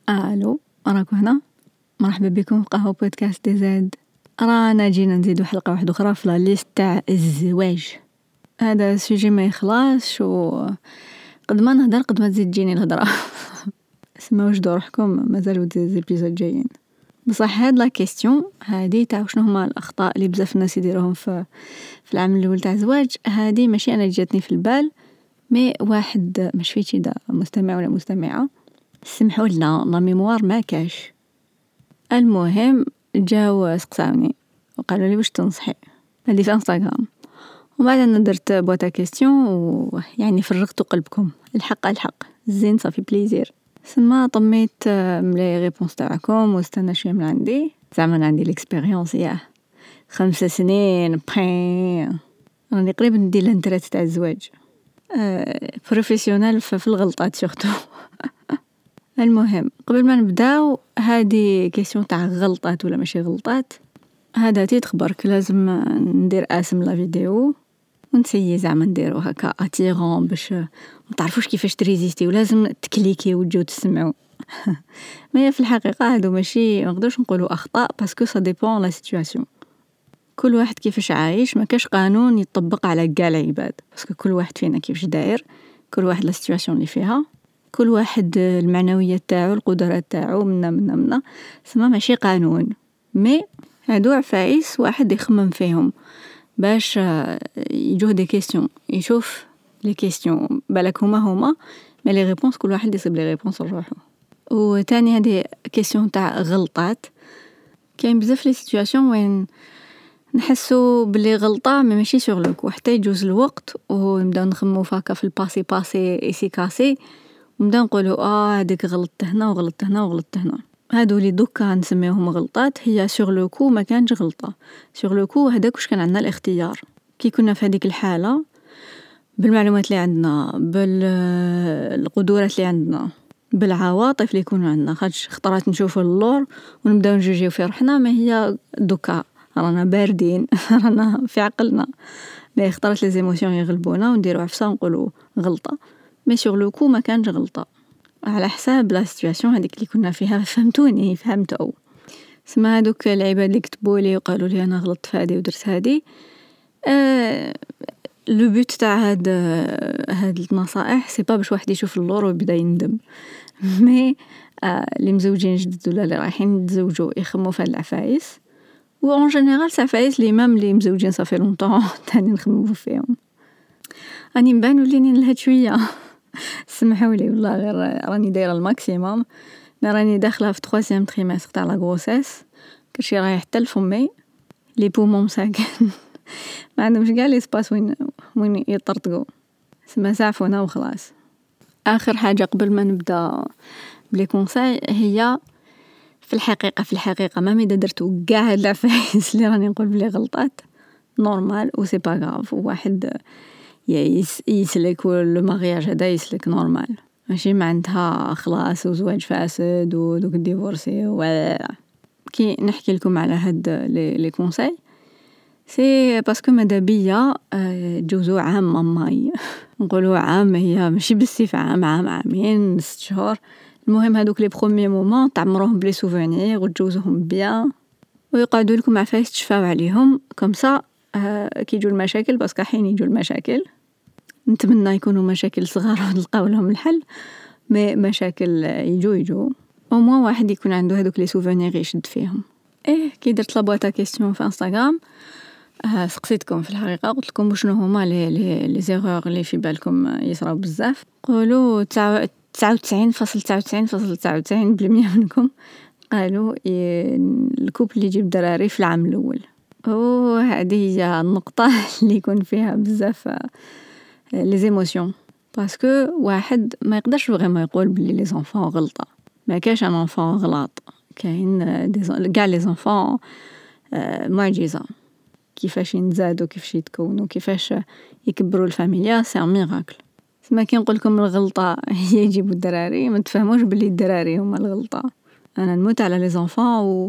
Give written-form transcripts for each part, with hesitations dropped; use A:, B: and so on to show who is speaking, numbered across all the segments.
A: الو، راكو هنا. مرحبا بكم في قهوة بودكاست دي زاد. رانا جينا نزيدو حلقة واحدة اخرى في لا ليست تاع الزواج. هذا سوجي ما يخلاص، و قد ما نهدر قد ما تزيد تجيني الهضره. اسمعوا جدوا روحكم، مازالوا زيبيزود جايين. بصح هاد لا كيستيون هادي تاع شنو هما الاخطاء اللي بزاف الناس يديروهم في العام الاول تاع الزواج، هادي ماشي انا جاتني في البال، مي واحد مش فيتي دا مستمع ولا مستمعه سمحوا لنا لا ميموار ما كاش. المهم جاو سقساوني وقالوا لي واش تنصحي، هذه في انستغرام. وبعد انا درت بوطا كيستيون، ويعني فرغت قلبكم. الحق الزين صافي بليزير. سما طميت ملي ريبونس تاعكم واستنى شويه من عندي، زعما انا عندي الاكسبيريونس 5 سنين راني قريب ندير الانتريت تاع الزواج. بروفيسيونال في الغلطات سورتو. المهم قبل ما نبداو، هذه كيسيون تاع غلطات ولا ماشي غلطات، هذا تخبرك لازم ندير اسم لا فيديو ونسيي زعما نديرو هكا اتيرون باش ما تعرفوش كيفاش تريزيستي، ولازم تكليكي وتجو تسمعوا. ما هي في الحقيقه هادو ماشي، ما نقدرش نقولوا اخطاء باسكو سا ديبون لا سيتوياسيون. كل واحد كيفاش عايش، ما كاش قانون يطبق على كاع العباد، باسكو كل واحد فينا كيفاش داير، كل واحد لا سيتوياسيون اللي فيها، كل واحد المعنويات تاعو، القدرات تاعو، منا سما ماشي قانون. مي هادو عفايس واحد يخمم فيهم باش يجوه دي كيستيون، يشوف لي كيستيون بالك هما مي لي ريبونس كل واحد يصيب لي ريبونس لروحو. وتاني هذه كيستيون تاع غلطات، كاين بزاف لي سيتوياسيون وين نحسو بلي غلطه ماشي سور لو كو، حتى يجوز الوقت ونبداو نخمو فاكا في الباسي ايسي كاسي، ونبداو نقولوا هذيك غلطت هنا وغلطت هنا وغلطت هنا. هادو اللي دوكا نسميوهم غلطات، هي سور لو كو ما كانش غلطه. سور لو كو هذاك واش كان عندنا الاختيار، كي كنا في هذيك الحاله بالمعلومات اللي عندنا، بالقدرات اللي عندنا، بالعواطف اللي يكونوا عندنا. خطرات نشوفوا اللور ونبداو نجوجيو في روحنا، ما هي دوكا رانا باردين. رانا في عقلنا، لا اختارت لي زيموسيون يغلبونا ونديروا عفسه ونقولوا غلطه. مي سور لو كو ما كانش غلطه، على حساب لا سيتوياسيون هذيك اللي كنا فيها. فهمتوني؟ فهمتوا؟ سما هذوك العباد اللي كتبوا لي وقالوا لي انا غلطت في هذه ودرت هذه، لو بوت تاع هاد النصائح سي با باش واحد يشوف اللور ويبدا يندم. مي اللي مزوجين جدد ولا اللي رايحين يتزوجوا يخموا في هاد العفايس، و اون جينيرال عفايس اللي مام اللي مزوجين صافي لونطون تاني نخمموا فيهم. راني نبان وليني نلهد شويه. سمحوا لي والله، غير راني دايره الماكسيموم. راني داخله في 3 تريمستر تاع لا غروسيس، كلشي رايح حتى لفمي، لي بومون مساكن. ما عندهمش كاع لي سباس وين يطرطقوا، سما سعفونا وخلاص. اخر حاجه قبل ما نبدا بلي كونساي، هي في الحقيقه ما ميدا درتو كاع هاد العفايس اللي راني نقول بلي غلطات نورمال و سي با غاف، واحد يسلك لو مارياج هذا يسلك نورمال، ماشي معناتها خلاص وزواج فاسد ودوك ديفورسي. ولا كي نحكي لكم على هاد لي كونساي سي باسكو مادابيا جوزو عام ماي. نقولوا عام، هي ماشي بالسيف عامين 6 شهور. المهم هذوك لي بروميي مومون تعمروهم بلي سوفونير وتجوزوهم بيان، ويقعدوا لكم عفايس تشفاو عليهم كومسا. كي يجوا المشاكل، باسكو حين يجوا المشاكل نتمنى يكونوا مشاكل صغار ونلقاو لهم الحل، مي مشاكل يجوا او موان واحد يكون عنده هذوك لي سوفونير يشد فيهم. كي درت لابواطا كيستيون في انستغرام، سقسيتكم في الحقيقه، قلت لكم شنو هما لي زيرور اللي في بالكم يصراو بزاف. قولوا 99.99% منكم قالوا الكوب اللي يجيب دراري في العام الاول. هذه هي النقطه اللي يكون فيها بزاف لي زيموسيون، باسكو واحد ما يقدرش فريمون يقول بلي لي زونفون غلطه. ما كاش ان انفون غلط، كاين كاع لي زونفون معجزه. كيفاش ينزادوا، كيفاش يتكونوا، كيفاش يكبروا الفاميليا، سي ان ميراكل. ما كي نقول لكم الغلطه هي يجيبوا الدراري، ما تفهموش بلي الدراري هما الغلطه. انا نموت على لي زونفون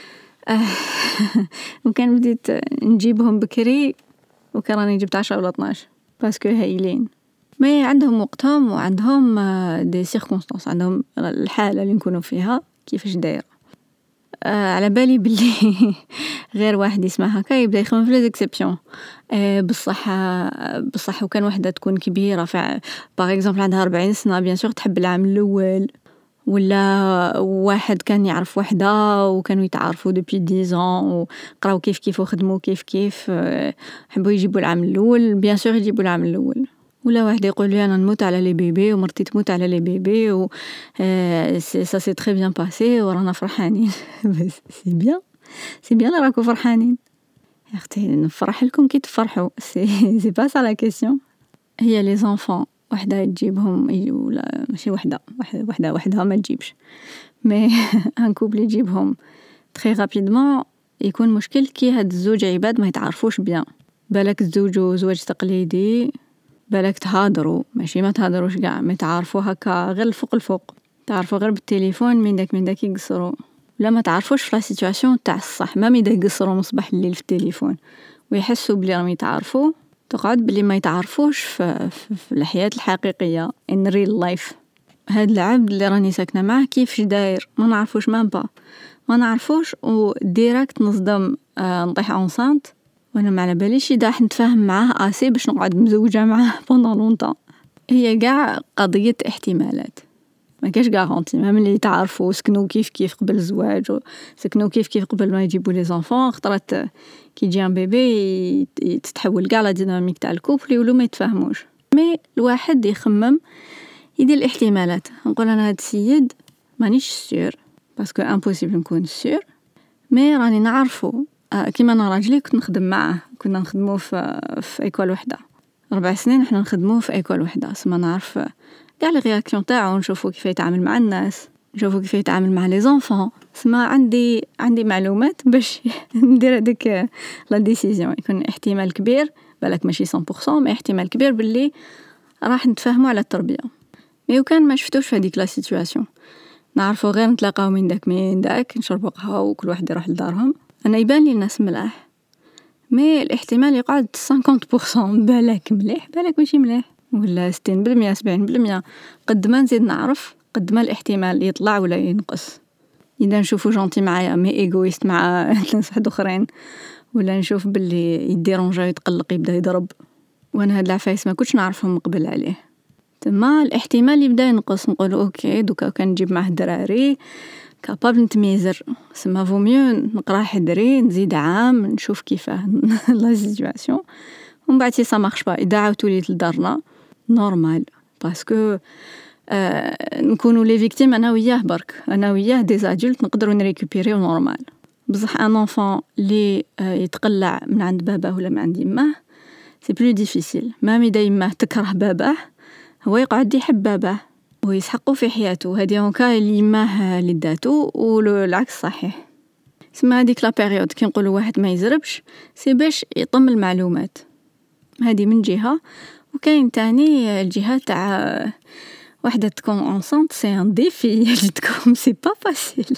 A: وكان بديت نجيبهم بكري وكان راني جبت 10 ولا 12 باسكو هايلين. مي عندهم وقتهم وعندهم دي سيركونستانس، عندهم الحالة اللي نكونوا فيها كيفاش دايره. على بالي بلي غير واحد يسمع هكا يبدا يخمم في لي زيكسيبسيون. بصح وكان وحده تكون كبيره باغ اكزومبل عندها 40 سنه بيان سور تحب العام الاول، ولا واحد كان يعرف وحده وكانوا يتعارفوا دوبي 10 ans وقراو كيف وخدموا كيف حبوا يجيبوا العام الاول، بيان سور يجيبوا العام الاول. ولا واحد يقول لي انا نموت على لي بيبي ومرتي تموت على لي بيبي و سا سي تري بيان باسي ورانا فرحانين. بس سي بيان راكو فرحانين يا اختي، نفرح لكم كي تفرحوا، سي با سا لا كيسيون. هي لي زونفون وحده تجيبهم ولا ماشي وحده ما تجيبش، مي ان كوبل يجيبهم تري رابيدمون يكون مشكل كي هاد الزوج عباد ما يتعرفوش بيان. بالك تزوجوا زواج تقليدي، بالك تهادروا ماشي ما تهادروش كاع، ما تعرفوا هكا غير الفوق تعرفوا غير بالتليفون من داك يقصروا، لا ما تعرفوش في لا سيتوياسيون تاع الصح، ما ميدا يقصروا مصباح الليل في التليفون ويحسوا بلي راهم يتعرفوا، تقعد بلي ما يتعرفوش في الحياة الحقيقية in real life. هاد العبد اللي راني ساكنه معاه كيفاش داير ما نعرفوش، ما نعرفوش وديريكت نصدم نطيح انسانت وانا ما على باليش راح نتفاهم معاه اسي باش نقعد مزوجه معاه بوندون لونطون. هي كاع قضيه احتمالات، ما كاش غارونتي. ما ملي تعرفوا سكنوا كيف قبل الزواج سكنوا كيف قبل ما يجيبوا لي زونفون، خطرات كي يجي ان بيبي تتحول كاع لا ديناميك تاع الكوبل يولو ما يتفاهموش. مي الواحد يخمم يدير الاحتمالات، نقول انا هاد السيد مانيش سير باسكو امبوسيبل نكون سير، مي راني نعرفه. كيما انا راجلي كنت نخدم معاه، كنا نخدمو في ايكول وحده 4 سنين، احنا نخدمو في ايكول وحده، سما نعرف كاع لي رياكسيون تاعو، نشوفو كيف يتعامل مع الناس، نشوفو كيف يتعامل مع لي زونفون، سما عندي معلومات باش ندير هذيك لا ديسيزيون. يكون احتمال كبير، بالك ماشي 100% مي احتمال كبير باللي راح نتفاهموا على التربيه. مي وكان ما شفتوش في هذيك لا سيتوياسيون، نعرفوا غير نتلاقاو من داك نشربوا قهوه وكل واحد يروح لدارهم، انا يبان لي الناس ملاح، مي الاحتمال يقعد 50%، بالك مليح بالك ماشي مليح، ولا 60% 70%. قد ما نزيد نعرف قد ما الاحتمال يطلع ولا ينقص. اذا نشوفه جونتي معايا مي ايغويست مع ناس واحد اخرين، ولا نشوف باللي يديرونجا يتقلق يبدا يضرب، وانا هاد العفايس ما كنتش نعرفهم قبل عليه، تما الاحتمال يبدا ينقص. نقول اوكي دوكا كان نجيب معه دراري كابابل نتميزر، سما فو ميو نقرا حدري نزيد عام نشوف كيفاه لا سيتوياسيون، ومن بعد سي سا مارش با اذا عاودت وليت لدارنا نورمال، باسكو نكونوا لي فيكتيم انا وياه برك، انا وياه دي زادولت نقدروا نريكوبيريو نورمال. بصح ان انفون لي يتقلع من عند باباه ولا من عند يماه سي بلو ديفيسيل، مام اذا يماه تكره باباه هو يقعد يحب باباه ويسحقوا في حياته. هذه هونكا اللي يماه اللي داتو والعكس صحيح. اسمها هذيك لا بيريود كي نقولوا واحد ما يزربش سي باش يطم المعلومات، هذه من جهه. وكاين تاني الجهه تاع وحده تكون انسانت سي ان ديفي جدكم، سي با فاسيل.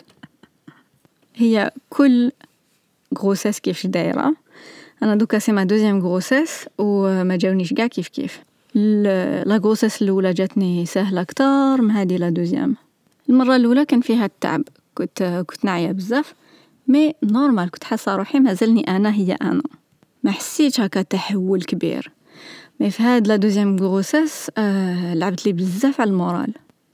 A: هي كل غروسيس كيف دايره، انا دوكا سي ما دوزيام غروسيس وما جاونيش كاع كيف لا غروسيس الاولى جاتني سهله اكثر من هذه لا دوزيام. المره الاولى كان فيها التعب، كنت نعيا بزاف، مي نورمال كنت حاسه روحي مازلني هي انا، ما حسيتش هكا تحول كبير. مي في هاد لا دوزيام غروسيس لعبت لي بزاف على المورال،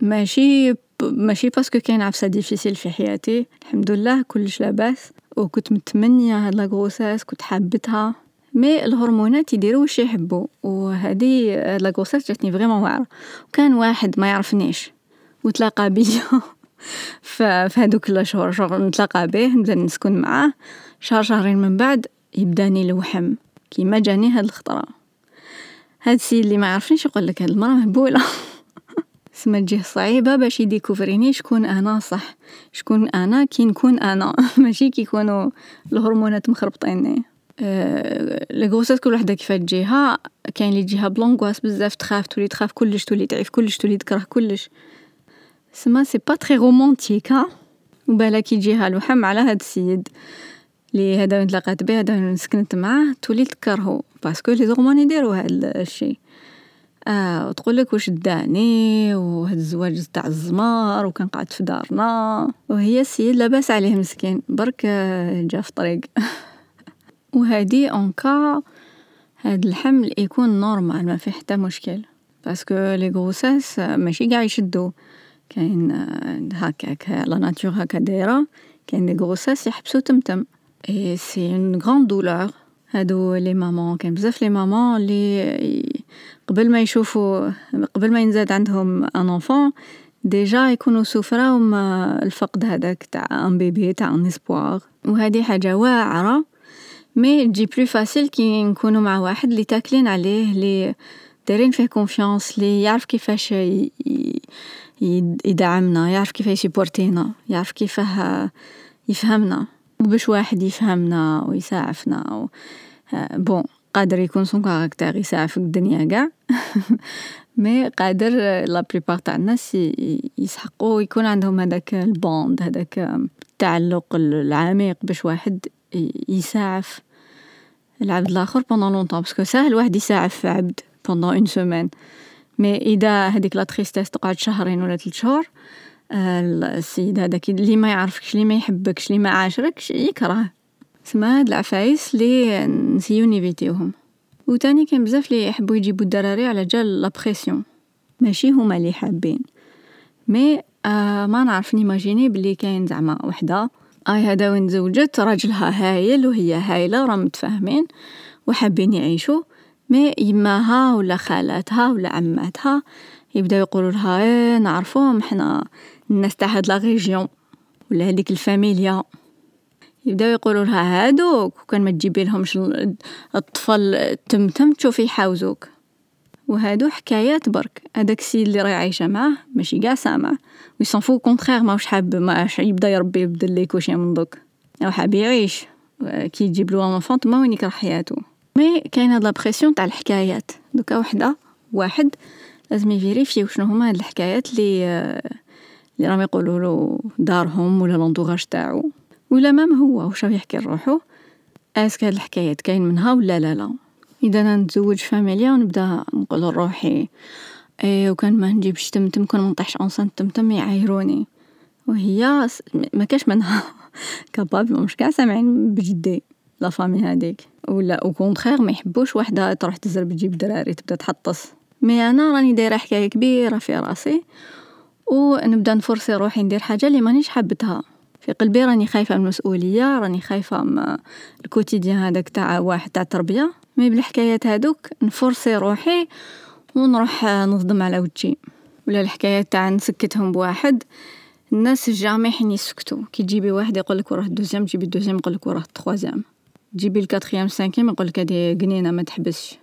A: ماشي باسكو كاين عفسه ديفيسيل في حياتي، الحمد لله كلش لاباس، وكنت متمنيه هاد لا غروسيس، كنت حابتها، مي الهرمونات يديروا واش يحبوا. وهذه لا غروسيس جاتني فريمون واعره. وكان واحد ما يعرفنيش وتلاقى بيا في هذوك الاشهر، شغل نتلاقى به نبدا نسكن معاه، شهرين من بعد يبداني الوحم كيما جاني هاد الخطره. هاد السيد اللي ما يعرفنيش يقول لك هاد المراه مهبوله. سما تجيه صعيبه باش يديكوفريني شكون انا، صح شكون انا كي نكون انا ماشي كي يكونوا الهرمونات مخربطيني. لي غروسيس كل وحده كيف تجيها، كاين اللي تجيها بلونغواس بزاف، تولي تخاف كلش، تولي تعيف كلش، تولي تكره كلش، سما سي با تري رومانتيك. وبالك يجيها الوحم على هاد السيد اللي هذا نتلاقات به، هذا سكنت معاه، تولي تكرهه باسكو لي هرمون يديروا هذا الشيء. وتقول لك واش داني وهاد الزواج تاع الزمار وكان قاعد في دارنا، وهي السيد لاباس عليه مسكين برك جا في طريق. وهذه انكا هاد الحمل يكون نورمال ما فيه حتى مشكل، باسكو لي غروساس ماشي قاع يشدوا، كاين هكاك لا ناتور هكا دايره، كاين لي غروساس يحبسوا تمتم اي سي اون غراند دولور. هادو لي مامون، كاين بزاف لي مامون لي قبل ما يشوفوا، قبل ما ينزاد عندهم ان انفون ديجا يكونوا سوفراو الفقد هذاك تاع ان بيبي تاع ان اسبوار. وهذه حاجه واعره، مي تجي بلو فاسيل كي نكونوا مع واحد اللي تاكلين عليه، اللي دايرين فيه كونفيانس، اللي يعرف كيفاش يدعمنا، يعرف كيف يسيبورتينا، يعرف كيفاه يفهمنا. وباش واحد يفهمنا ويساعفنا بون قادر يكون سون كاركتير يساعف الدنيا كاع مي قادر لا بليبار تاع الناس يسحقوا يكون عندهم هذاك البوند، هذاك التعلق العميق باش واحد يساعف العبد الاخر pendant longtemps، باسكو ساهل واحد يساعف عبد pendant une semaine، مي اذا هذيك لا تريستيس تقعد شهرين ولا 3 شهور، السيد هذاك اللي ما يعرفكش، اللي ما يحبكش، اللي ما عاشركش يكره. سما هاد العفايس اللي نسيو نيفيتيوهم. وتاني كاين بزاف اللي يحبوا يجيبوا الدراري على جال لا بريسيون، ماشي هما اللي حابين، مي ما نعرف نيماجيني بلي كاين زعما وحده هذا وين تزوجت راجلها هايل وهي هايله وراهم متفاهمين وحابين يعيشوا، مي يماها ولا خالاتها ولا عماتها يبداو يقولوا لها نعرفوهم احنا الناس تاع هاد لا ريجيون ولا هذيك الفاميليا، يبداو يقولوا لها هادوك وكان ما تجيبي لهمش الطفل تمتم تشوفي يحاوزوك. وهادو حكايات برك. هذاك السيد اللي راهي عايشه معاه ماشي كاع سامع ويصنفو كونترير، ماوش حاب ما يبدا يربي يبدل لي كلشي من دوك، او حاب يعيش كي يجيب له انفون ما وين يكره حياته. مي كاين هاد لا بريسيون تاع الحكايات، دوكا واحد لازم يفيريفي شنو هما هاد الحكايات اللي راهم يقولوا له دارهم ولا لونطوراج تاعو، ولا مام هو واش راه يحكي لروحو، اسك هاد الحكايات كاين منها ولا لا. اذا انا نتزوج فاميليا ونبدا نقول لروحي وكان ما نجيبش تمتم، كون ما نطيحش انسان تمتم يعايروني، وهي ما كاش منها كابابل، مش كاع سامعين بجدي لا فامي هذيك، ولا او كونترير ما يحبوش وحده تروح تزرب تجيب دراري تبدا تحطس. مي انا راني دايره حكايه كبيره في راسي ونبدا نفرسي روحي ندير حاجه اللي مانيش حابتها في قلبي، راني خايفه من المسؤوليه، راني خايفه من الكوتيديان هذاك تاع واحد تاع التربيه. مي بالحكايات هذوك نفرسي روحي ونروح نصدم على وجهي. ولا الحكايات تاع نسكتهم بواحد، الناس جامي حين يسكتوا، كي تجيبي واحد يقول لك وراه الدوزيام، تجيبي الدوزيام يقول لك وراه الثروازيام، تجيبي الكاتريام سانكيام يقول لك هذه قنينه ما تحبسش.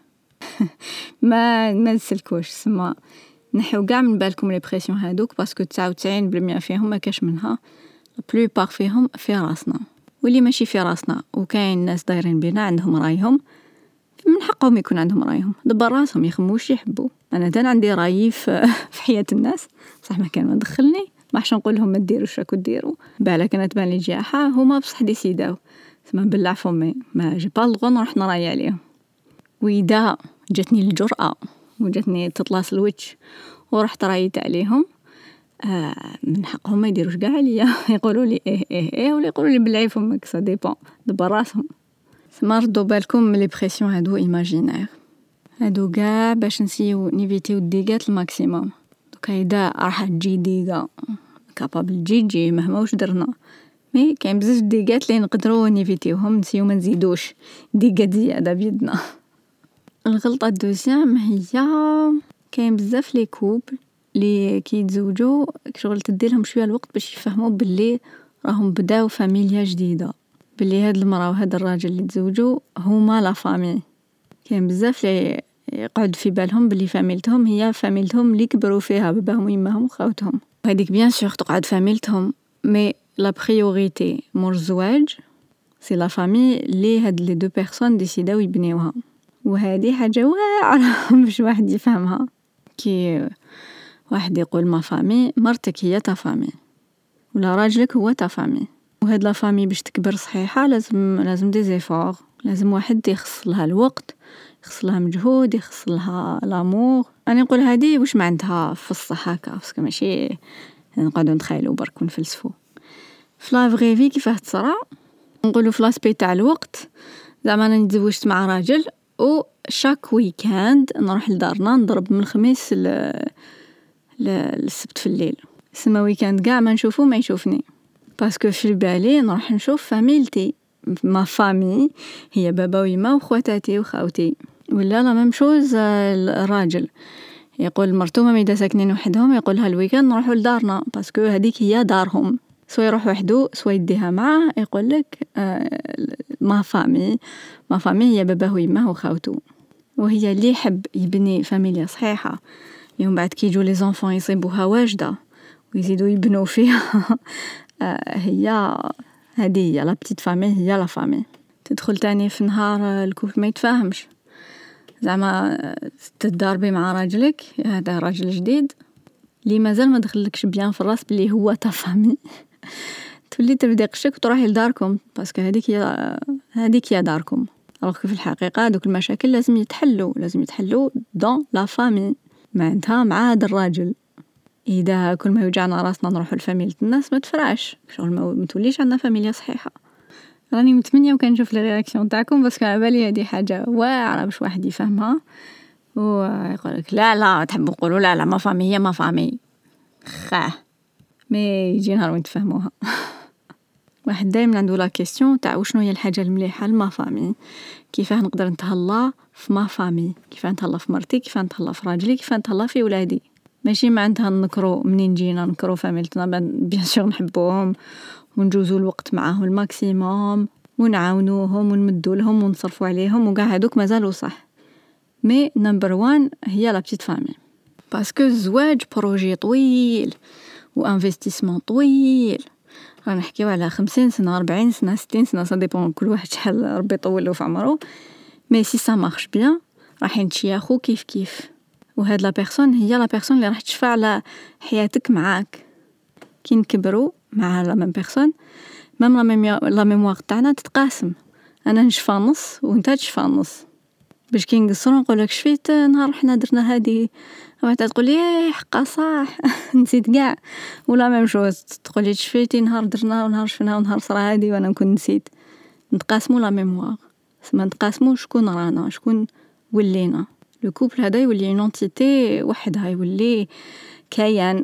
A: ما نسلكوش. سما نحيو كاع من بالكم لي بريسيون هذوك، باسكو 99% فيهم ما كاش منها، بلوبار فيهم في راسنا، واللي ماشي في راسنا وكاين ناس دايرين بينا عندهم رايهم، من حقهم يكون عندهم رايهم، دبر راسهم يخموش يحبوا. انا تان عندي رايي في حياه الناس، صح ما كان ما دخلني، ما حش نقول لهم ما ديروش راكو ديروا، بالك انا تبان لي جاحه هما بصح ديسيداو، اسمع بالله فمي ما جي با الغون نروح نراي عليهم. واذا جاتني الجرأه وجاتني تطلاس الوجه ورحت رايت عليهم، من حقهم ما يديروش كاع عليا، يقولوا لي ايه ولا يقولوا لي بالعيب فمك، سا ديبون دبر راسهم. سما ردوا بالكم من لي بريسيون هادو ايماجينير، هادو كاع باش نسيو نيفيتيو الديغات الماكسيموم. دوكا اذا راح تجي ديغا كابابل تجي مهما واش درنا، مي كاين بزاف ديغات اللي نقدروا نيفيتيوهم، نسيو ما نزيدوش ديغات زياده بيدنا. الغلطه الدوزيام هي كاين بزاف لي كوبل اللي كي يتزوجوا شغل تديلهم شويه الوقت باش يفهموا باللي راهم بداو فاميليا جديده، باللي هاد المراه وهاد الراجل اللي تزوجوا هما لا فامي. كاين بزاف اللي يقعد في بالهم باللي فاميلتهم هي فاميلتهم اللي كبروا فيها، باباهم ويماهم وخاوتهم، هذيك بيان سور تقعد فاميلتهم، مي لا بريوريتي مور الزواج سي لا فامي اللي هاد لي دو بيرسون ديسيداو يبنيوها. وهذه حاجه واعره باش واحد يفهمها. كي واحد يقول ما فامي، مرتك هي تا فامي ولا راجلك هو تا فامي، وهاد لا فامي باش تكبر صحيحه لازم دي زيفور، لازم واحد يخص لها الوقت، يخص لها مجهود، يخص لها لامور. انا نقول هذه واش معناتها في الصح هكا، باسكو ماشي نقعدوا نتخيلوا برك ونفلسفوا. في لا فغي في كيفاه تصرا، نقولوا في لاسبي تاع الوقت. زعما انا تزوجت مع راجل و شاك ويكاند نروح لدارنا نضرب من الخميس للسبت في الليل. سما ويكاند كاع ما نشوفه ما يشوفني، باسكو في بالي نروح نشوف فاميلتي. ما فامي هي بابا ويما وخواتاتي وخاوتي. ولا لا ميم شوز الراجل يقول مرتو ما اذا ساكنين وحدهم يقولها الويكاند نروحوا لدارنا، باسكو هذيك هي دارهم. سوا يروح وحده سوا يديها معه. يقول لك ما فامي هي بابا ويما وخاوتو. وهي اللي يحب يبني فاميليا صحيحه يوم بعد كي يجوا لي زونفون يصيبوها واجده ويزيدوا يبنوا فيها هي هذه هي لا بتيت فامي، هي لا فامي. تدخل تاني في نهار الكوب ما يتفاهمش، زعما تتضاربي مع راجلك، هذا راجل جديد اللي مازال ما دخلكش بيان في الراس بلي هو تا فامي تولي تبدي قشك وتروحي لداركم، باسكو هذيك هي داركم. الوغ في الحقيقه دوك المشاكل لازم يتحلوا دون لا فامي، معناتها مع هذا الراجل. اذا كل ما يوجعنا راسنا نروحوا لفاميلة الناس ما تفرعش، شغل ما توليش عندنا فاميليا صحيحه. راني متمنيه وكان نشوف لي رياكسيون تاعكم، باسكو على بالي هذه حاجه واعره باش واحد يفهمها ويقول لك لا تحبوا تقولوا لا ما فامي هي ما فامي خاه مي يجي نهار وين تفهموها. واحد دائما عنده لا كيسيون تاع وشنو هي الحاجه المليحه لما فامي، كيفاه نقدر نتهلا في ما فامي، كيفاه نتهلا في مرتي، كيفاه نتهلا في راجلي، كيفاه نتهلا في ولادي. ماشي معناتها نكرو منين جينا نكرو فاميلتنا، بيان سور نحبوهم ونجوزوا الوقت معاهم الماكسيموم ونعاونوهم ونمدوا لهم ونصرفوا عليهم وكاع هذوك مازالوا صح. مي نمبر 1 هي لا بتيت فامي، باسكو الزواج بروجي طويل وانفستيسمون طويل. رانا نحكيو على 50 سنه 40 سنه 60 سنه، سا ديبون كل واحد شحال ربي يطول له في عمره. مي سي سا مارش بيان راح ينتشياخو كيف وهاد لا بيرسون هي لا بيرسون اللي راح تشفع على حياتك معاك. كي نكبروا مع لا ميم بيرسون ميم لا ميموار تاعنا تتقاسم، انا نشفى نص وانت تشفى نص. باش كي نقصروا نقول لك شفيت نهار حنا درنا هذه، واحد تقول لي حقا صح نسيت كاع. ولا ميم شوز تقول لي شفيتي نهار درنا ونهار شفنا ونهار صرا هذه وانا نكون نسيت. نتقاسموا لا ميموار، ما نتقاسموا شكون رانا شكون ولينا. لو كوبل هذا يولي اون انتيتي وحدها، يولي كيان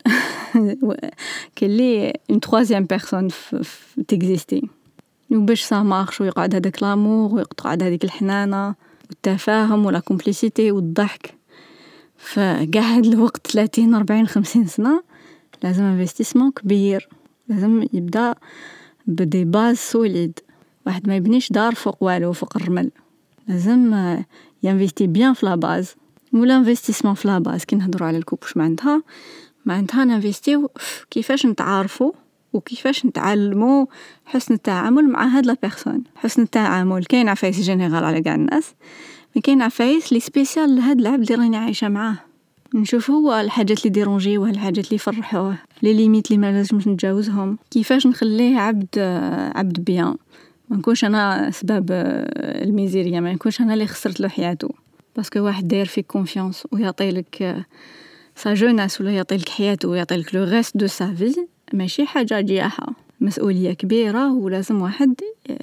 A: كلي اون تروازيام بيرسون تيكزيستي. وباش سا مارش ويقعد هذاك لامور ويقعد هذيك الحنانه والتفاهم ولا كومبليسيتي والضحك فكاع هاد الوقت 30 40 50 سنه، لازم انفستيسمون كبير، لازم يبدا بدي باز سوليد. واحد ما يبنيش دار فوق والو فوق الرمل، لازم ينفيستي بيان في لا باز. ولا انفستيسمون في لا باز كي نهضروا على الكوب واش معناتها نانفيستيو كيفاش نتعارفوا وكيفاش نتعلموا حسن التعامل مع هاد لا بيرسون. حسن التعامل كاين عفايس جينيرال على كاع الناس، مي كاين عفايس لي سبيسيال لهاد العبد اللي راني عايشه معاه. نشوف هو الحاجات اللي ديرونجيه والحاجات اللي يفرحوه، لي ليميت اللي ما لازمش نتجاوزهم، كيفاش نخليه عبد بيان. ما نكونش انا اسباب الميزيريا، ما نكونش انا اللي خسرت له حياته. باسكو واحد داير فيك كونفيانس ويعطيلك سا جوناس ولا يعطيلك حياته ويعطيلك لو ريست دو سا في، ماشي حاجه جياحه، مسؤوليه كبيره. ولازم واحد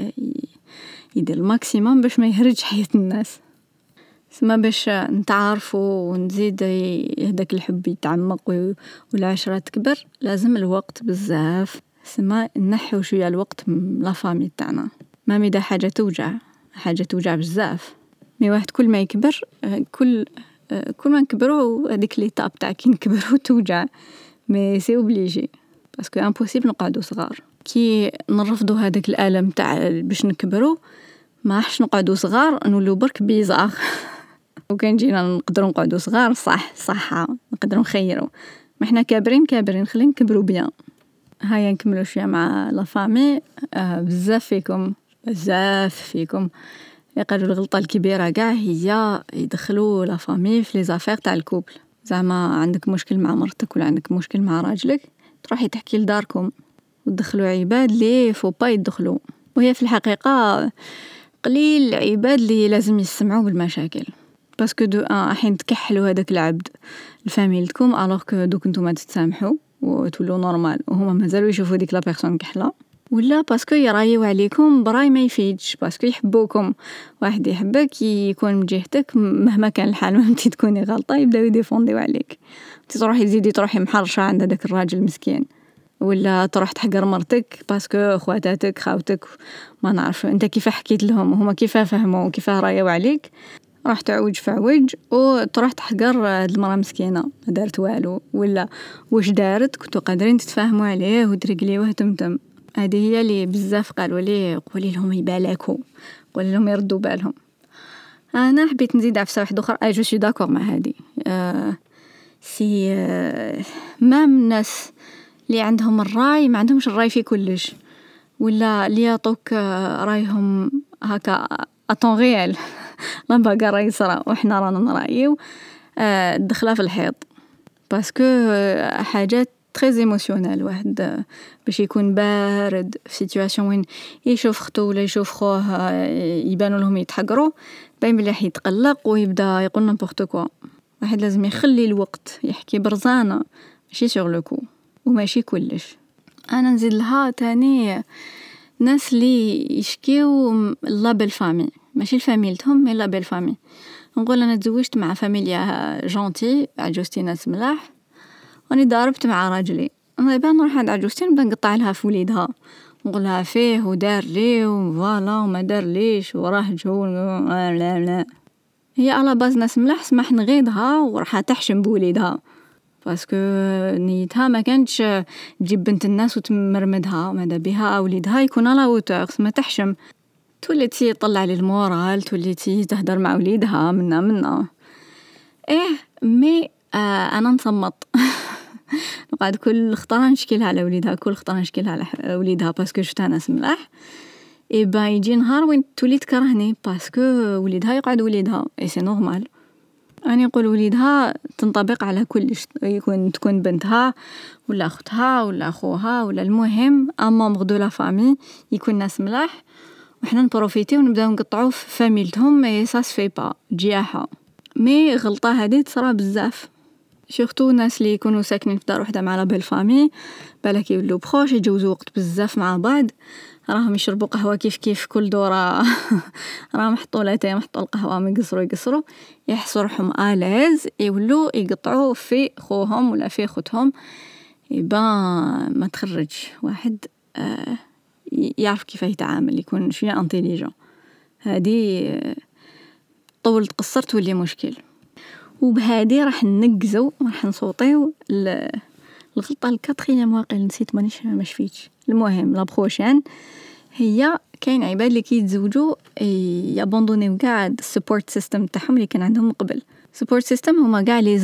A: يدير الماكسيموم باش ما يهرج حياه الناس. سما باش نتعارفوا ونزيد هذاك الحب يتعمق والعشره تكبر، لازم الوقت بزاف. سما نحيو شويه الوقت لا فامي تاعنا. ما ميدا حاجه توجع بزاف. مي واحد كل ما يكبر كل ما نكبروا هذيك ليطاب تاع كي نكبروا توجع، مي سي اوبليجي باسكو امبوسيبل نقعدوا صغار. كي نرفضوا هذاك الالم تاع باش نكبروا، ما راحش نقعدوا صغار نولوا برك بيزار وكان جينا نقدروا نقعدوا صغار صح نقدروا نخيروا. ما احنا كابرين خلينا نكبروا بيان. هيا نكملوا شويه مع لا فامي. بزاف فيكم يقالوا الغلطه الكبيره كاع هي يدخلوا لا فامي في لي زافير تاع الكوبل. زعما عندك مشكل مع مرتك ولا عندك مشكل مع راجلك، تروحي تحكي لداركم وتدخلوا عباد لي فو با يدخلوا. وهي في الحقيقه قليل العباد اللي لازم يسمعوا بالمشاكل، باسكو دو ان حين تكحلوا هذاك العبد لفاميلتكم الوغ كو دوك نتوما تتسامحوا وتولوا نورمال وهما مازالوا يشوفوا ديك لا بيرسون كحله، ولا باسكو يرايو عليكم براي ما يفيدش، باسكو يحبوكم. واحد يحبك يكون من جهتك مهما كان الحال، مهما تكوني غلطه يبداو يديفونديو عليك، تروحي تزيدي تروحي محرشه عند هذاك الراجل مسكين، ولا تروح تحقر مرتك باسكو خواتاتك خاوتك ما نعرف انت كيف حكيت لهم وهما كيف فهموا وكيف رايوا عليك، راح تعوج في عوج وتروح تحقر هاد المراه مسكينه ما دارت والو، ولا واش دارت كنتوا قادرين تتفاهموا عليه وتريقليوه تمتم. هذه هي اللي بزاف قالوا لي قولي لهم يبالاكوا، قولي لهم يردوا بالهم. انا حبيت نزيد عفسه واحده اخرى، جو سي داكور مع هذه. سي مام الناس اللي عندهم الراي ما عندهمش الراي في كلش، ولا اللي يعطوك رايهم هكا اطون ريال لا باقا راي يصرا وحنا رانا نرايو، دخله في الحيط، باسكو حاجات تري ايموشنال. واحد باش يكون بارد في سيتوياسيون وين يشوف اختو ولا يشوف خوه يبانوا لهم يتحقروا، باين بلي راح يتقلق ويبدا يقول نيمبورط كوا. واحد لازم يخلي الوقت يحكي برزانه ماشي سور لو كو وماشي كلش. انا نزيد لها تاني ناس اللي يشكيو لا بالفامي، ماشي الفاميلتهم مي لا بالفامي. نقول انا تزوجت مع فاميليا جونتي عجوزتي ناس ملاح، راني ضاربت مع راجلي، انا دابا نروح عند عجوزتي نبدا نقطع لها في وليدها، نقول لها فيه ودار لي وفوالا وما دار ليش وراه جو لا لا. هي على باز ناس ملاح سمح نغيضها وراح تحشم بوليدها، باسكو نيتها ما كانتش تجيب بنت الناس وتمرمدها، ماذا بها وليدها يكون على وتر ما تحشم، تولي تطلع لي المورال، تولي تهدر مع وليدها منا مي انا نصمت نقعد كل خطره نشكيلها على وليدها، كل خطره نشكيلها على وليدها باسكو شفتها ناس ملاح. با يجي نهار وين تولي تكرهني باسكو وليدها يقعد وليدها سي نورمال. أنا نقول وليدها تنطبق على كلش، تكون بنتها ولا أختها ولا أخوها ولا المهم ممبر دو لا فامي يكون ناس ملاح، وحنا نبروفيتي ونبداو نقطعو في فاميلتهم. مي سا سفي با جياحة، مي غلطة هذه تصرا بزاف، سورتو ناس اللي يكونوا ساكنين في دار وحده مع لا بيل فامي بالك يولوا بخوش يجوزوا وقت بزاف مع بعض، راهم يشربوا قهوه كيف كل دوره راهم يحطوا لاتاي يحطوا القهوه ما يقصروا يحسوا روحهم آلاز، يولوا يقطعوا في خوهم ولا في اختهم. ما تخرج واحد يعرف كيف يتعامل، يكون شويه انتيليجون. هذه طول تقصر تولي مشكل. وبهذه راح ننقزوا راح نصوتيو الغلطه الكاتريام واقيلا نسيت مانيش ما شفيتش. المهم لا بروشين هي كاين عباد اللي كيتزوجوا يابوندونيو كاع السبورت سيستم تاعهم اللي كان عندهم قبل. سبورت سيستم هما كاع لي